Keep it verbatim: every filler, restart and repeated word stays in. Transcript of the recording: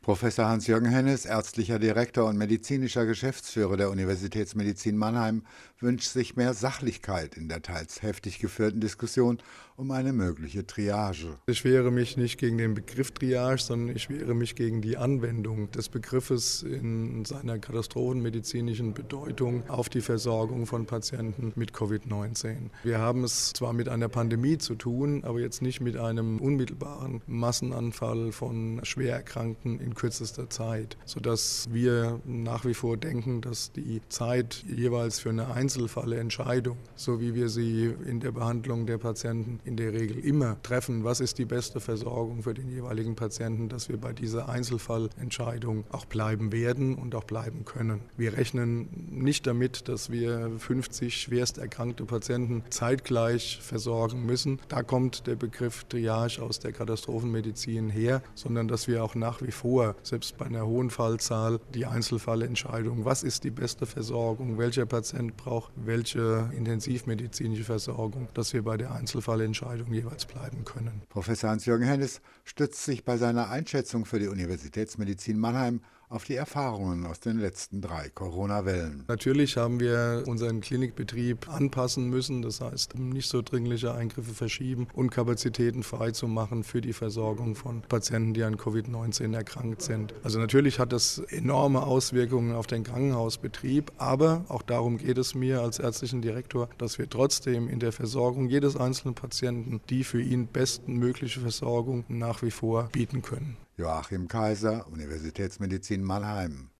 Professor Hans-Jürgen Hennes, ärztlicher Direktor und medizinischer Geschäftsführer der Universitätsmedizin Mannheim, wünscht sich mehr Sachlichkeit in der teils heftig geführten Diskussion um eine mögliche Triage. Ich wehre mich nicht gegen den Begriff Triage, sondern ich wehre mich gegen die Anwendung des Begriffes in seiner katastrophenmedizinischen Bedeutung auf die Versorgung von Patienten mit Covid neunzehn. Wir haben es zwar mit einer Pandemie zu tun, aber jetzt nicht mit einem unmittelbaren Massenanfall von Schwererkrankten in kürzester Zeit, sodass wir nach wie vor denken, dass die Zeit jeweils für eine Einzelfallentscheidung, so wie wir sie in der Behandlung der Patienten in der Regel immer treffen, was ist die beste Versorgung für den jeweiligen Patienten, dass wir bei dieser Einzelfallentscheidung auch bleiben werden und auch bleiben können. Wir rechnen nicht damit, dass wir fünfzig schwerst erkrankte Patienten zeitgleich versorgen müssen. Da kommt der Begriff Triage aus der Katastrophenmedizin her, sondern dass wir auch nach wie vor, selbst bei einer hohen Fallzahl, die Einzelfallentscheidung, was ist die beste Versorgung, welcher Patient braucht welche intensivmedizinische Versorgung, dass wir bei der Einzelfallentscheidung jeweils bleiben können. Professor Hans-Jürgen Hennes stützt sich bei seiner Einschätzung für die Universitätsmedizin Mannheim auf die Erfahrungen aus den letzten drei Corona-Wellen. Natürlich haben wir unseren Klinikbetrieb anpassen müssen, das heißt nicht so dringliche Eingriffe verschieben und Kapazitäten freizumachen für die Versorgung von Patienten, die an Covid neunzehn erkrankt sind. Also natürlich hat das enorme Auswirkungen auf den Krankenhausbetrieb, aber auch darum geht es mir als ärztlichen Direktor, dass wir trotzdem in der Versorgung jedes einzelnen Patienten die für ihn bestmögliche Versorgung nach wie vor bieten können. Joachim Kaiser, Universitätsmedizin Mannheim.